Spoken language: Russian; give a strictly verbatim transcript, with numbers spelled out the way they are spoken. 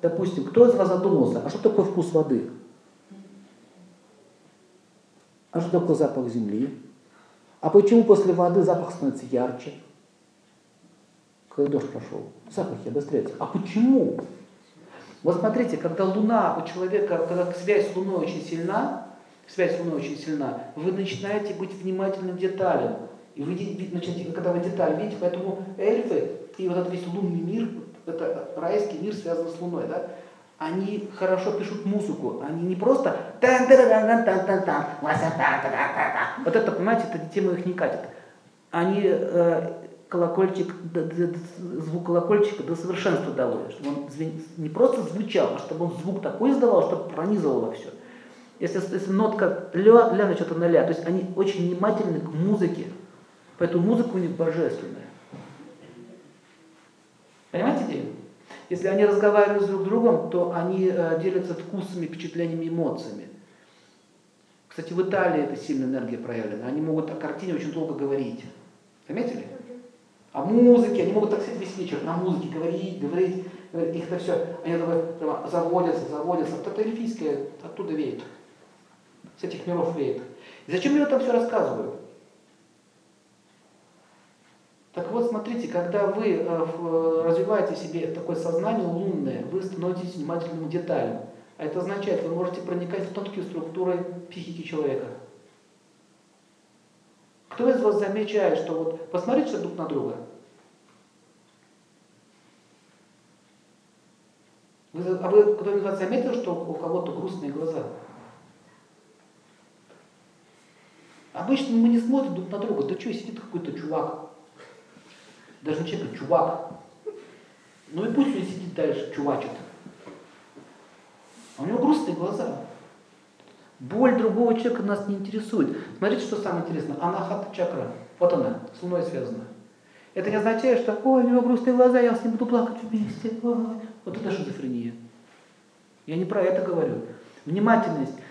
Допустим, кто из вас задумался, а что такое вкус воды? А что такое запах земли? А почему после воды запах становится ярче? Когда дождь прошел, запахи обостряются. А почему? Вот смотрите, когда Луна у человека, когда связь с Луной очень сильна, связь с Луной очень сильна, вы начинаете быть внимательным к деталям. И вы начинаете, когда вы детали видите, поэтому эльфы и вот этот весь лунный мир, это райский мир связан с Луной, да? Они хорошо пишут музыку, они не просто вот это, понимаете, это тема их не катит. Они э, колокольчик, звук колокольчика до совершенства доводят, чтобы он не просто звучал, а чтобы он звук такой издавал, чтобы пронизывал во все. Если, если нотка ля, ля на что-то на ля, то есть они очень внимательны к музыке, поэтому музыка у них божественная. Понимаете идею? Если они разговаривают с друг другом, то они э, делятся вкусами, впечатлениями, эмоциями. Кстати, в Италии это сильная энергия проявлена. Они могут о картине очень долго говорить. Заметили? О музыке. Они могут так сидеть весь вечер на музыке говорить, говорить. Их это все, они прямо заводятся, заводятся. Вот это эльфийское оттуда веет. С этих миров веет. И зачем я это все рассказываю? Так вот, смотрите, когда вы э, развиваете в себе такое сознание лунное, вы становитесь внимательным к деталям. А это означает, вы можете проникать в тонкие структуры психики человека. Кто из вас замечает, что вот посмотрите друг на друга? Вы, а вы, кто из вас заметил, что у кого-то грустные глаза? Обычно мы не смотрим друг на друга. Да что, сидит какой-то чувак. Даже не человек, а чувак. Ну и пусть он сидит дальше, чувачит. А у него грустные глаза. Боль другого человека нас не интересует. Смотрите, что самое интересное. Анахата чакра. Вот она, с Луной связана. Это не означает, что ой, у него грустные глаза, я с ним буду плакать вместе. Ой. Вот это шизофрения. Я не про это говорю. Внимательность.